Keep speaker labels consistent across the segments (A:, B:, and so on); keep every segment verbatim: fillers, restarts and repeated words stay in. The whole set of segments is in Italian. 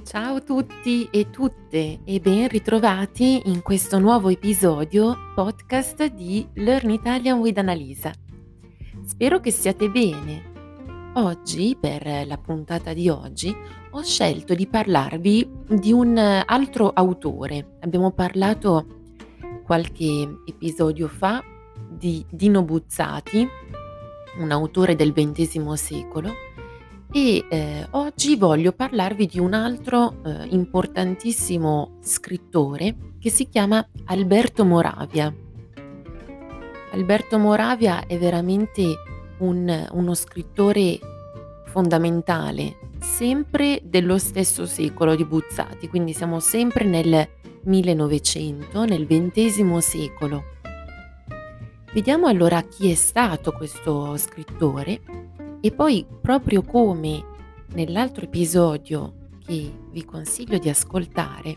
A: Ciao a tutti e tutte e ben ritrovati in questo nuovo episodio podcast di Learn Italian with Annalisa. Spero che stiate bene. Oggi, per la puntata di oggi, ho scelto di parlarvi di un altro autore. Abbiamo parlato qualche episodio fa di Dino Buzzati, un autore del ventesimo secolo, e eh, oggi voglio parlarvi di un altro eh, importantissimo scrittore che si chiama Alberto Moravia. Alberto Moravia è veramente un, uno scrittore fondamentale, sempre dello stesso secolo di Buzzati, quindi siamo sempre nel millenovecento, nel ventesimo secolo. Vediamo allora chi è stato questo scrittore e poi, proprio come nell'altro episodio che vi consiglio di ascoltare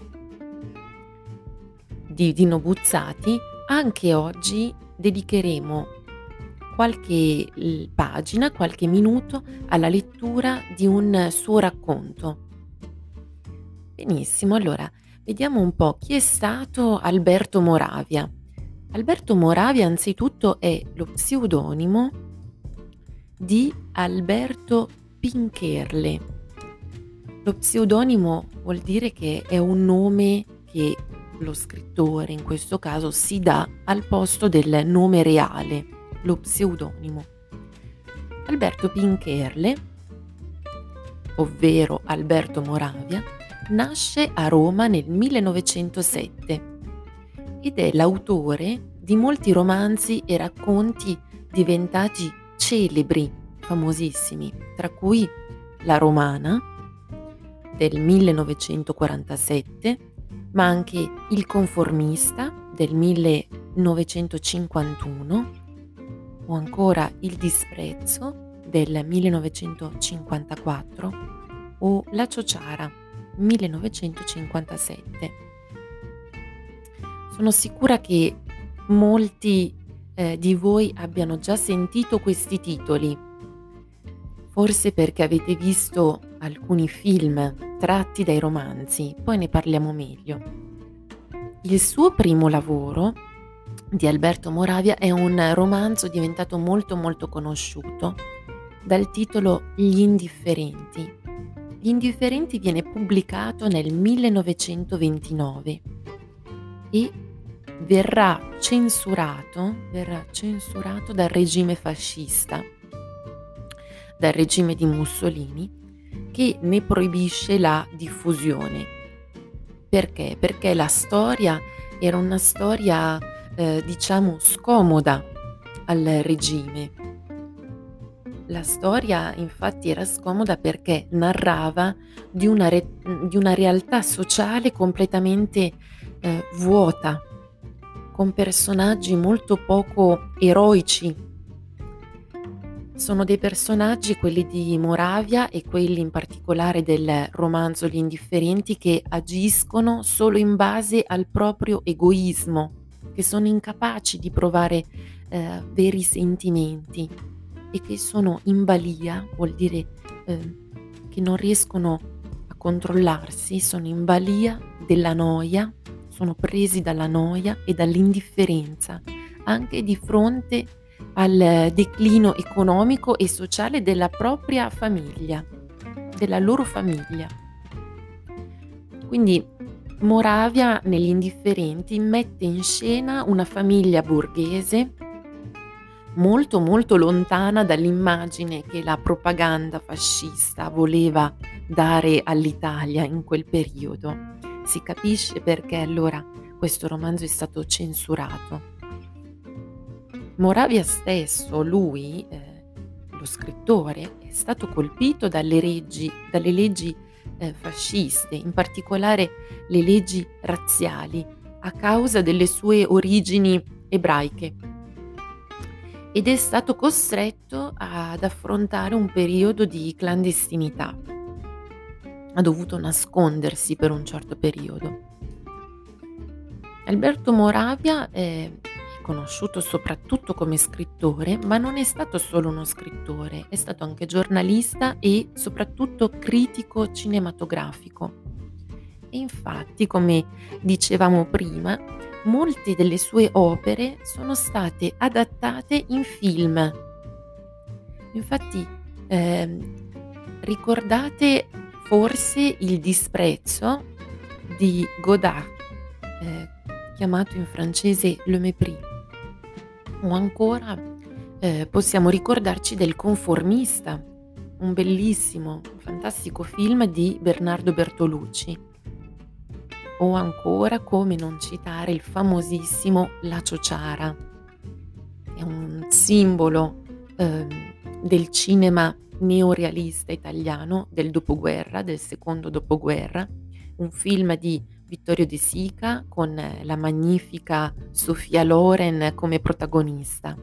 A: di Dino Buzzati, anche oggi dedicheremo qualche pagina, qualche minuto alla lettura di un suo racconto. Benissimo, allora vediamo un po' chi è stato Alberto Moravia. Alberto Moravia anzitutto è lo pseudonimo di Alberto Pincherle. Lo pseudonimo vuol dire che è un nome che lo scrittore in questo caso si dà al posto del nome reale, lo pseudonimo. Alberto Pincherle, ovvero Alberto Moravia, nasce a Roma nel millenovecentosette ed è l'autore di molti romanzi e racconti diventati celebri, famosissimi, tra cui La Romana del millenovecentoquarantasette, ma anche Il conformista del millenovecentocinquantuno o ancora Il disprezzo del millenovecentocinquantaquattro o La ciociara millenovecentocinquantasette. Sono sicura che molti eh, di voi abbiano già sentito questi titoli, forse perché avete visto alcuni film tratti dai romanzi, poi ne parliamo meglio. Il suo primo lavoro di Alberto Moravia è un romanzo diventato molto molto conosciuto dal titolo Gli indifferenti. Gli indifferenti viene pubblicato nel millenovecentoventinove e verrà censurato, verrà censurato dal regime fascista, dal regime di Mussolini, che ne proibisce la diffusione. Perché? Perché la storia era una storia, eh, diciamo, scomoda al regime. La storia infatti era scomoda perché narrava di una, re- di una realtà sociale completamente eh, vuota, con personaggi molto poco eroici. Sono dei personaggi, quelli di Moravia e quelli in particolare del romanzo Gli indifferenti, che agiscono solo in base al proprio egoismo, che sono incapaci di provare eh, veri sentimenti e che sono in balia, vuol dire eh, che non riescono a controllarsi, sono in balia della noia, sono presi dalla noia e dall'indifferenza, anche di fronte al declino economico e sociale della propria famiglia, della loro famiglia. Quindi Moravia negli indifferenti mette in scena una famiglia borghese molto molto lontana dall'immagine che la propaganda fascista voleva dare all'Italia in quel periodo. Si capisce perché allora questo romanzo è stato censurato. Moravia stesso, lui, eh, lo scrittore, è stato colpito dalle leggi, dalle leggi eh, fasciste, in particolare le leggi razziali, a causa delle sue origini ebraiche, ed è stato costretto ad affrontare un periodo di clandestinità. Ha dovuto nascondersi per un certo periodo. Alberto Moravia è conosciuto soprattutto come scrittore, ma non è stato solo uno scrittore, è stato anche giornalista e soprattutto critico cinematografico. E infatti, come dicevamo prima, molte delle sue opere sono state adattate in film. Infatti, ehm, ricordate forse Il disprezzo di Godard, ehm, chiamato in francese Le Mépris, o ancora, ehm, possiamo ricordarci del Conformista, un bellissimo, fantastico film di Bernardo Bertolucci, o ancora come non citare il famosissimo La Ciociara, che è un simbolo, ehm, del cinema neorealista italiano del dopoguerra, del secondo dopoguerra, un film di Vittorio De Sica con eh, la magnifica Sofia Loren come protagonista.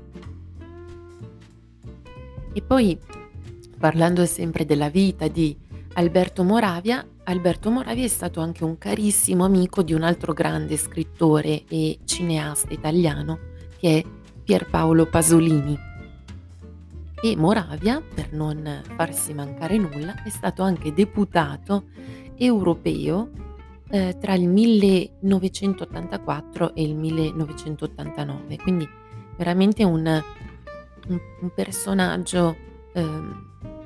A: E poi, parlando sempre della vita di Alberto Moravia, Alberto Moravia è stato anche un carissimo amico di un altro grande scrittore e cineasta italiano, che è Pierpaolo Pasolini. E Moravia, per non farsi mancare nulla, è stato anche deputato europeo eh, tra il millenovecentottantaquattro e il millenovecentottantanove, quindi veramente un, un, un personaggio ehm,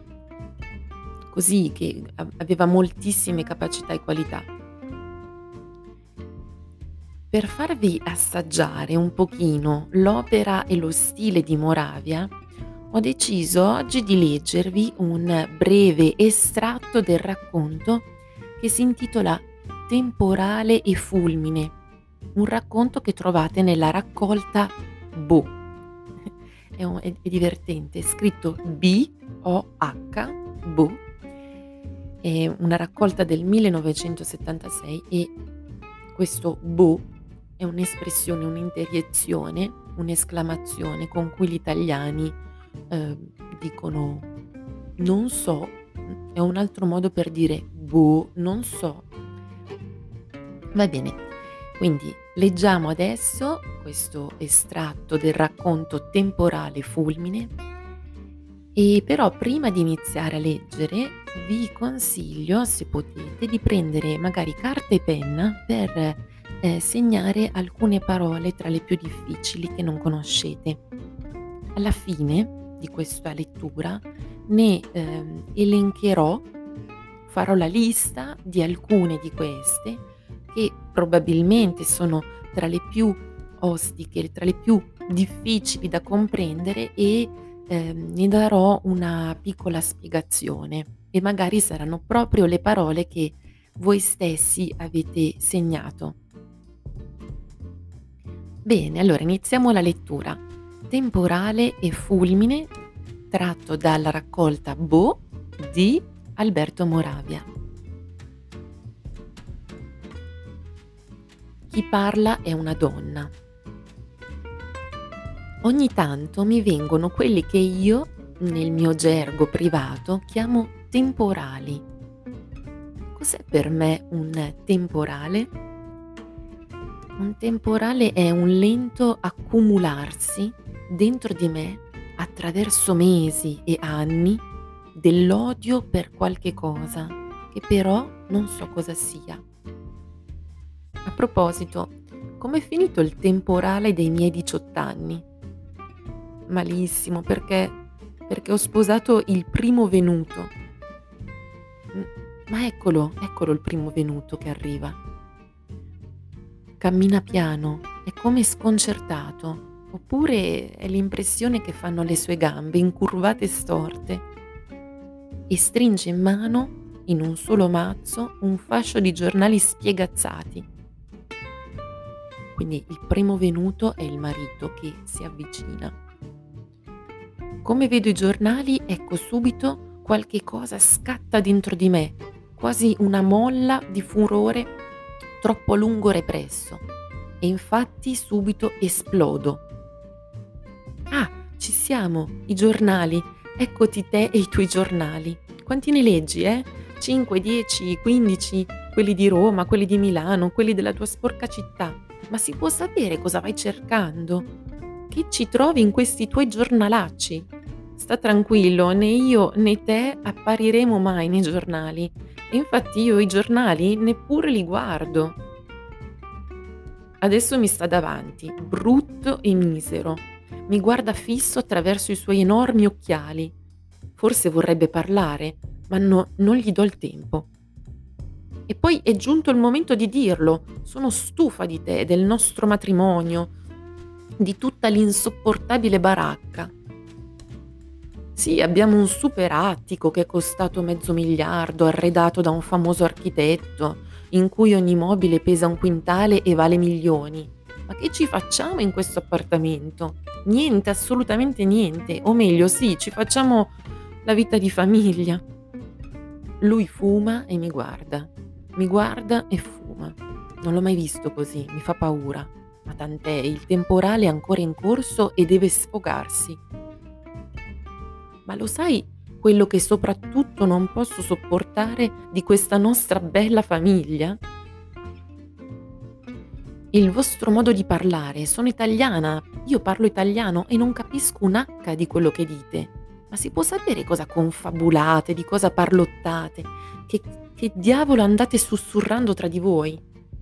A: così che a- aveva moltissime capacità e qualità. Per farvi assaggiare un pochino l'opera e lo stile di Moravia, ho deciso oggi di leggervi un breve estratto del racconto che si intitola Temporale e fulmine, un racconto che trovate nella raccolta Bo. È, un- è- è divertente, è scritto B O H, Bo, è una raccolta del millenovecentosettantasei e questo Bo è un'espressione, un'interiezione, un'esclamazione con cui gli italiani eh, dicono non so, è un altro modo per dire boh, non so. Va bene, quindi leggiamo adesso questo estratto del racconto Temporale fulmine e però prima di iniziare a leggere vi consiglio, se potete, di prendere magari carta e penna per eh, segnare alcune parole tra le più difficili che non conoscete. Alla fine di questa lettura ne ehm, elencherò, farò la lista di alcune di queste che probabilmente sono tra le più ostiche, tra le più difficili da comprendere e ehm, ne darò una piccola spiegazione e magari saranno proprio le parole che voi stessi avete segnato. Bene, allora iniziamo la lettura. Temporale e fulmine, tratto dalla raccolta Bo di Alberto Moravia. Chi parla è una donna. Ogni tanto mi vengono quelli che io, nel mio gergo privato, chiamo temporali. Cos'è per me un temporale? Un temporale è un lento accumularsi dentro di me attraverso mesi e anni dell'odio per qualche cosa che però non so cosa sia. A proposito, com'è finito il temporale dei miei diciotto anni? Malissimo, perché perché ho sposato il primo venuto. Mm, Ma eccolo, eccolo il primo venuto che arriva. Cammina piano, è come sconcertato, oppure è l'impressione che fanno le sue gambe incurvate e storte, e stringe in mano, in un solo mazzo, un fascio di giornali spiegazzati. Quindi il primo venuto è il marito che si avvicina. Come vedo i giornali, ecco subito qualche cosa scatta dentro di me, quasi una molla di furore troppo a lungo represso, e infatti subito esplodo. Ah, ci siamo, i giornali, eccoti te e i tuoi giornali. Quanti ne leggi, eh? cinque, dieci, quindici, quelli di Roma, quelli di Milano, quelli della tua sporca città. Ma si può sapere cosa vai cercando? Che ci trovi in questi tuoi giornalacci? sta tranquillo, né io né te appariremo mai nei giornali. E infatti io i giornali neppure li guardo. Adesso mi sta davanti, brutto e misero. Mi guarda fisso attraverso i suoi enormi occhiali. Forse vorrebbe parlare, ma no, non gli do il tempo. E poi è giunto il momento di dirlo. Sono stufa di te, del nostro matrimonio, di tutta l'insopportabile baracca. Sì, abbiamo un super attico che è costato mezzo miliardo, arredato da un famoso architetto, in cui ogni mobile pesa un quintale e vale milioni. Ma che ci facciamo in questo appartamento? Niente, assolutamente niente. O meglio, sì, ci facciamo la vita di famiglia. Lui fuma e mi guarda. Mi guarda e fuma. Non l'ho mai visto così, mi fa paura. Ma tant'è, il temporale è ancora in corso e deve sfogarsi. Ma lo sai quello che soprattutto non posso sopportare di questa nostra bella famiglia? Il vostro modo di parlare. Sono italiana, io parlo italiano e non capisco un acca di quello che dite. Ma si può sapere cosa confabulate, di cosa parlottate? Che, che diavolo andate sussurrando tra di voi?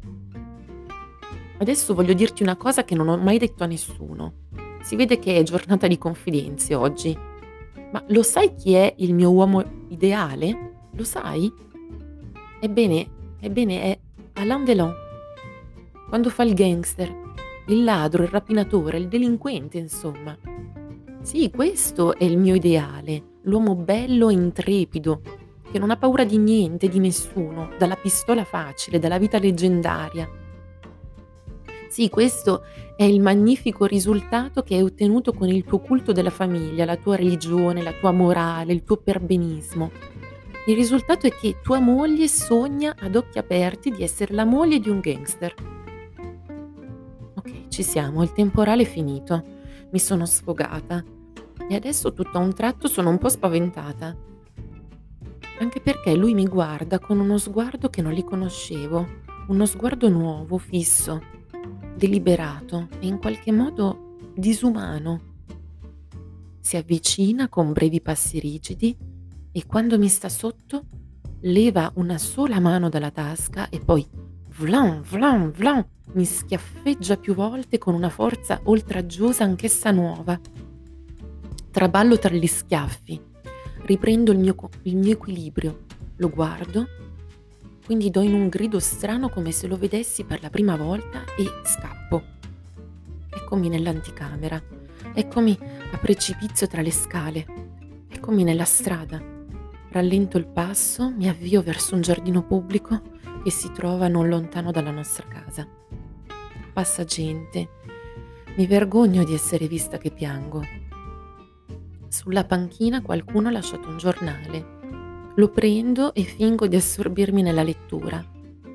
A: Adesso voglio dirti una cosa che non ho mai detto a nessuno. Si vede che è giornata di confidenze oggi. Ma lo sai chi è il mio uomo ideale? Lo sai? Ebbene, ebbene è Alain Delon. Quando fa il gangster, il ladro, il rapinatore, il delinquente, insomma. Sì, questo è il mio ideale, l'uomo bello e intrepido, che non ha paura di niente, di nessuno, dalla pistola facile, dalla vita leggendaria. Sì, questo è il magnifico risultato che hai ottenuto con il tuo culto della famiglia, la tua religione, la tua morale, il tuo perbenismo. Il risultato è che tua moglie sogna ad occhi aperti di essere la moglie di un gangster. Ok, ci siamo, il temporale è finito. Mi sono sfogata e adesso tutto a un tratto sono un po' spaventata. Anche perché lui mi guarda con uno sguardo che non li conoscevo, uno sguardo nuovo, fisso, deliberato e in qualche modo disumano. Si avvicina con brevi passi rigidi e quando mi sta sotto leva una sola mano dalla tasca e poi vlan vlan vlan mi schiaffeggia più volte con una forza oltraggiosa anch'essa nuova. Traballo tra gli schiaffi, riprendo il mio, il mio equilibrio, lo guardo, quindi do in un grido strano come se lo vedessi per la prima volta e scappo. Eccomi nell'anticamera, eccomi a precipizio tra le scale, eccomi nella strada. Rallento il passo, mi avvio verso un giardino pubblico che si trova non lontano dalla nostra casa. Passa gente, mi vergogno di essere vista che piango. Sulla panchina qualcuno ha lasciato un giornale. Lo prendo e fingo di assorbirmi nella lettura.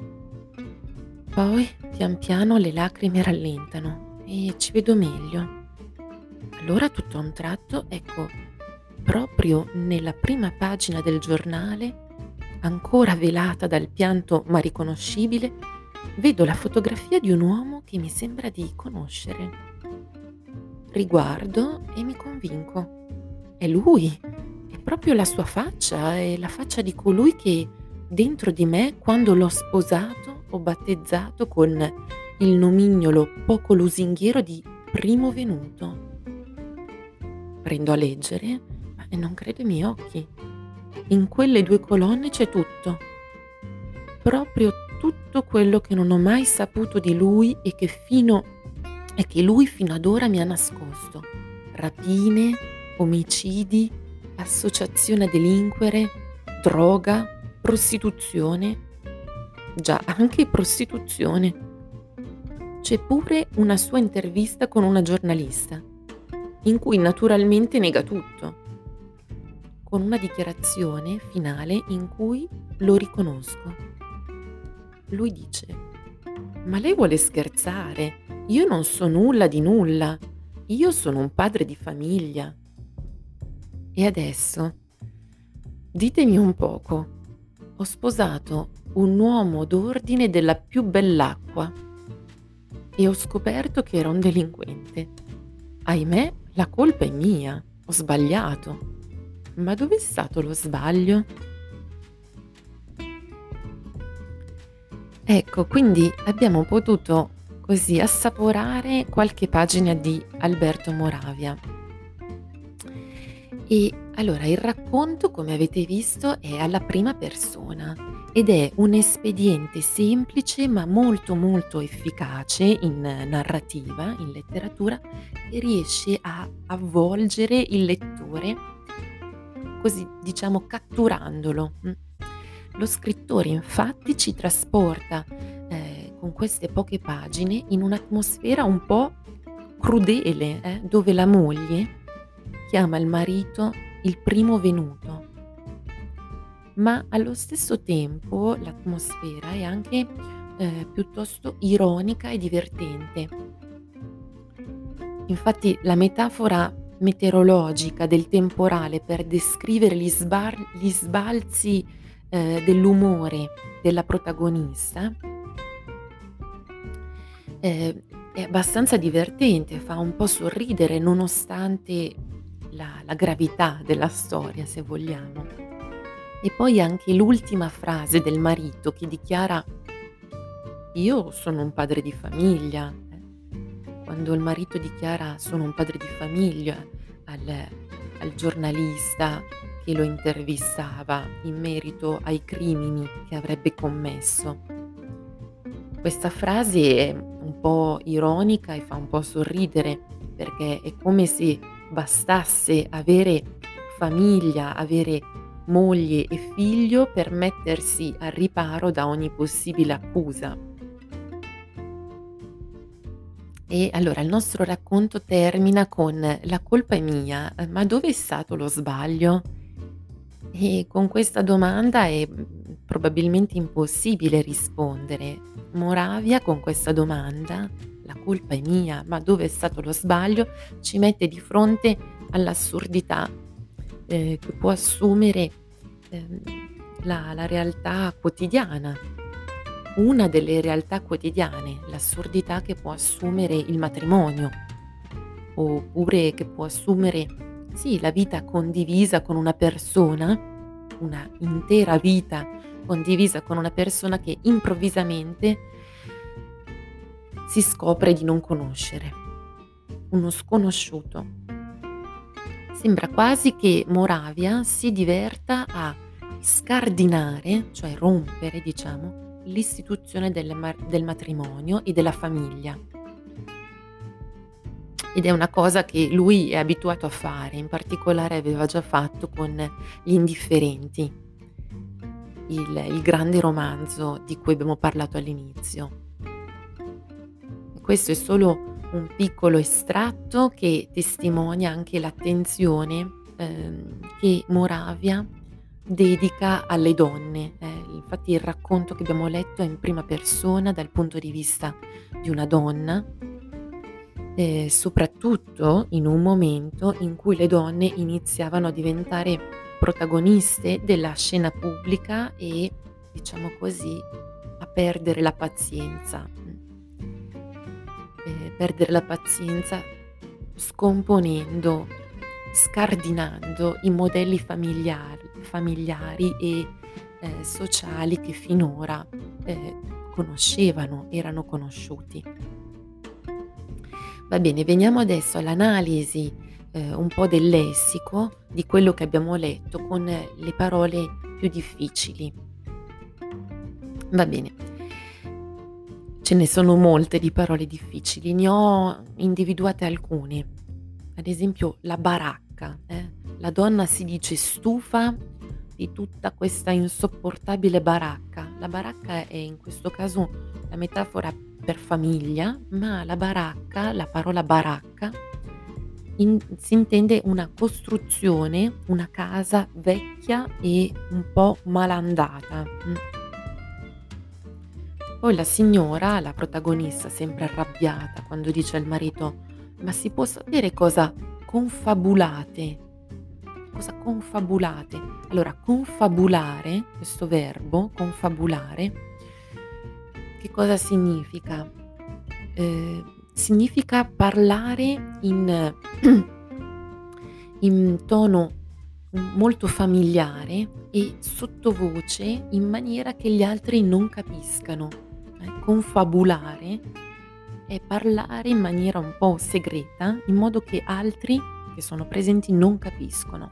A: Poi, pian piano, le lacrime rallentano e ci vedo meglio. Allora, tutto a un tratto, ecco, proprio nella prima pagina del giornale, ancora velata dal pianto ma riconoscibile, vedo la fotografia di un uomo che mi sembra di conoscere. Riguardo e mi convinco. È lui! È proprio la sua faccia, è la faccia di colui che dentro di me, quando l'ho sposato, ho battezzato con il nomignolo poco lusinghiero di primo venuto. Prendo a leggere, ma non credo ai miei occhi. In quelle due colonne c'è tutto. Proprio tutto quello che non ho mai saputo di lui e che fino e che lui fino ad ora mi ha nascosto. Rapine, omicidi, associazione a delinquere, droga, prostituzione. Già, anche prostituzione. C'è pure una sua intervista con una giornalista, in cui naturalmente nega tutto, con una dichiarazione finale in cui lo riconosco. Lui dice: ma lei vuole scherzare? Io non so nulla di nulla. Io sono un padre di famiglia. E adesso, ditemi un poco, ho sposato un uomo d'ordine della più bell'acqua e ho scoperto che era un delinquente. Ahimè, la colpa è mia. ho sbagliato. Ma dov'è stato lo sbaglio? Ecco, quindi abbiamo potuto così assaporare qualche pagina di Alberto Moravia. E allora il racconto, come avete visto, è alla prima persona ed è un espediente semplice ma molto molto efficace in narrativa, in letteratura, che riesce a avvolgere il lettore, così diciamo catturandolo. mh. Lo scrittore infatti ci trasporta eh, con queste poche pagine in un'atmosfera un po' crudele, eh, dove la moglie chiama il marito il primo venuto, ma allo stesso tempo l'atmosfera è anche eh, piuttosto ironica e divertente. Infatti la metafora meteorologica del temporale per descrivere gli, sbar- gli sbalzi eh, dell'umore della protagonista eh, è abbastanza divertente, fa un po' sorridere nonostante la, la gravità della storia, se vogliamo. E poi anche l'ultima frase del marito che dichiara: io sono un padre di famiglia. eh. Quando il marito dichiara sono un padre di famiglia al, al giornalista che lo intervistava in merito ai crimini che avrebbe commesso. Questa frase è un po' ironica e fa un po' sorridere, perché è come se bastasse avere famiglia, avere moglie e figlio per mettersi al riparo da ogni possibile accusa. E allora il nostro racconto termina con: la colpa è mia, eh, ma dove è stato lo sbaglio? E con questa domanda è mm, probabilmente impossibile rispondere. Moravia con questa domanda, la colpa è mia, ma dove è stato lo sbaglio, ci mette di fronte all'assurdità eh, che può assumere ehm, la, la realtà quotidiana, una delle realtà quotidiane, l'assurdità che può assumere il matrimonio, oppure che può assumere, sì, la vita condivisa con una persona, una intera vita condivisa con una persona che improvvisamente si scopre di non conoscere, uno sconosciuto. Sembra quasi che Moravia si diverta a scardinare, cioè rompere, diciamo, l'istituzione del, ma- del matrimonio e della famiglia. Ed è una cosa che lui è abituato a fare, in particolare aveva già fatto con Gli Indifferenti, il, il grande romanzo di cui abbiamo parlato all'inizio. E questo è solo un piccolo estratto che testimonia anche l'attenzione ehm, che Moravia dedica alle donne. Eh, infatti il racconto che abbiamo letto è in prima persona dal punto di vista di una donna, eh, soprattutto in un momento in cui le donne iniziavano a diventare protagoniste della scena pubblica e, diciamo così, a perdere la pazienza. Eh, perdere la pazienza scomponendo, scardinando i modelli familiari, familiari e eh, sociali che finora eh, conoscevano, erano conosciuti. Va bene, veniamo adesso all'analisi eh, un po' del lessico di quello che abbiamo letto con le parole più difficili. Va bene, ce ne sono molte di parole difficili, ne ho individuate alcune. Ad esempio la baracca. eh. La donna si dice stufa di tutta questa insopportabile baracca. La baracca è in questo caso la metafora per famiglia, ma la baracca, la parola baracca, in- si intende una costruzione, una casa vecchia e un po' malandata. mm. Poi la signora, la protagonista, sempre arrabbiata quando dice al marito: ma si può sapere cosa confabulate? Cosa confabulate? Allora, confabulare, questo verbo, confabulare, che cosa significa? Eh, significa parlare in, in tono molto familiare e sottovoce in maniera che gli altri non capiscano. Eh, confabulare è parlare in maniera un po' segreta, in modo che altri che sono presenti non capiscono.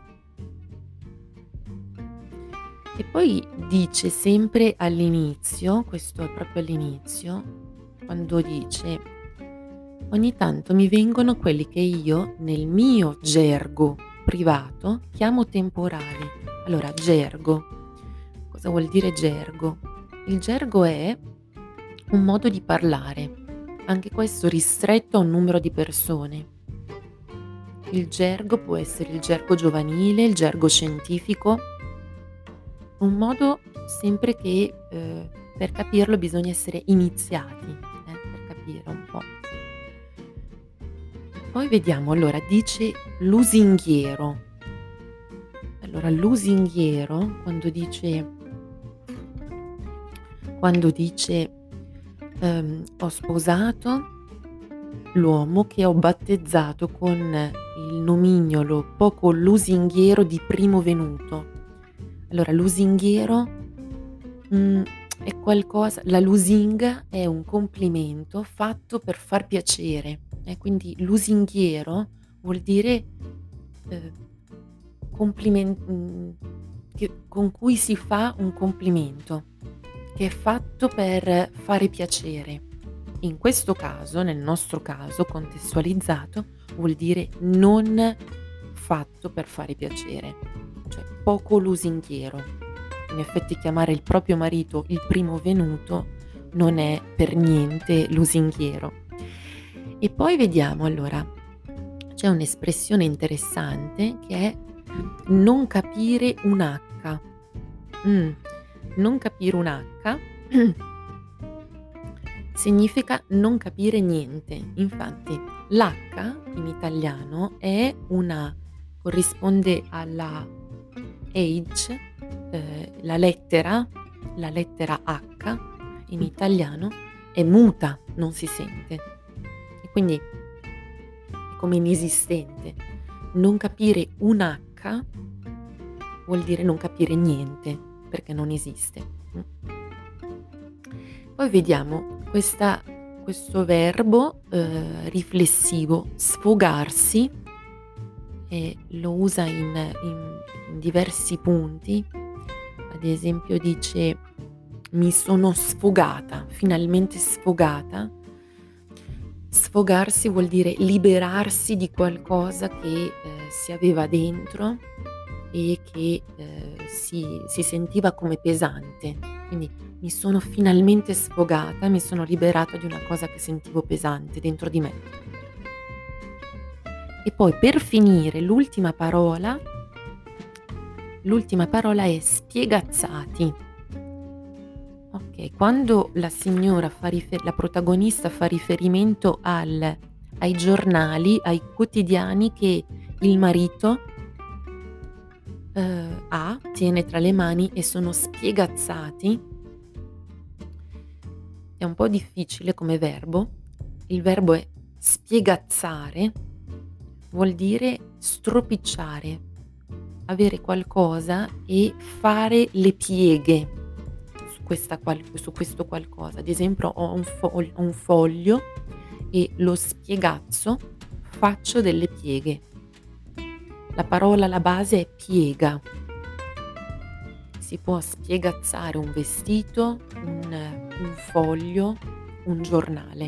A: E poi dice sempre all'inizio, questo è proprio all'inizio, quando dice: ogni tanto mi vengono quelli che io nel mio gergo privato chiamo temporali. Allora, gergo. Cosa vuol dire gergo? Il gergo è un modo di parlare, anche questo ristretto a un numero di persone. Il gergo può essere il gergo giovanile, il gergo scientifico, un modo sempre che eh, per capirlo bisogna essere iniziati, eh, per capire un po'. Poi vediamo, allora dice lusinghiero. Allora lusinghiero quando dice quando dice ehm, ho sposato l'uomo che ho battezzato con il nomignolo poco lusinghiero di primo venuto. Allora lusinghiero mh, è qualcosa, la lusinga è un complimento fatto per far piacere, eh, quindi lusinghiero vuol dire eh, compliment- mh, che- con cui si fa un complimento, che è fatto per fare piacere. In questo caso, nel nostro caso contestualizzato, vuol dire non fatto per fare piacere, cioè poco lusinghiero. In effetti chiamare il proprio marito il primo venuto non è per niente lusinghiero. E poi vediamo, allora, c'è un'espressione interessante che è non capire un H. Mm, non capire un H significa non capire niente. Infatti l'H in italiano è una, corrisponde alla H, eh, la lettera, la lettera H in italiano è muta, non si sente. E quindi è come inesistente. Non capire un H vuol dire non capire niente, perché non esiste. Poi vediamo questa, questo verbo eh, riflessivo, sfogarsi, e lo usa in, in, in diversi punti. Ad esempio dice mi sono sfogata, finalmente sfogata. Sfogarsi vuol dire liberarsi di qualcosa che eh, si aveva dentro e che eh, si, si sentiva come pesante. Quindi mi sono finalmente sfogata, mi sono liberata di una cosa che sentivo pesante dentro di me. E poi per finire l'ultima parola, l'ultima parola è spiegazzati. Ok, quando la signora fa rifer- la protagonista fa riferimento al, ai giornali, ai quotidiani che il marito eh, ha, tiene tra le mani e sono spiegazzati, è un po' difficile come verbo. Il verbo è spiegazzare, vuol dire stropicciare, avere qualcosa e fare le pieghe su, questa qual- su questo qualcosa. Ad esempio ho un, fo- ho un foglio e lo spiegazzo, faccio delle pieghe. La parola alla base è piega. Si può spiegazzare un vestito, un, un foglio, un giornale.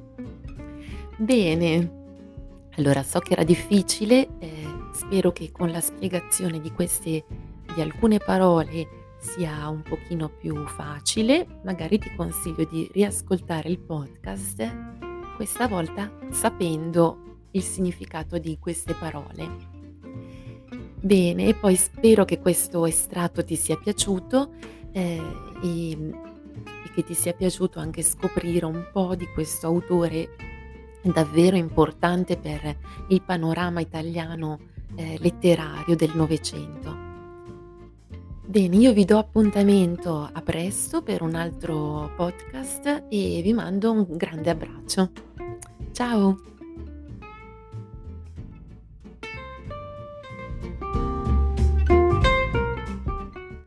A: Bene, allora so che era difficile, eh, spero che con la spiegazione di queste, di alcune parole sia un pochino più facile. Magari ti consiglio di riascoltare il podcast, questa volta sapendo il significato di queste parole. Bene, e poi spero che questo estratto ti sia piaciuto eh, e, e che ti sia piaciuto anche scoprire un po' di questo autore davvero importante per il panorama italiano eh, letterario del Novecento. Bene, io vi do appuntamento a presto per un altro podcast e vi mando un grande abbraccio. Ciao!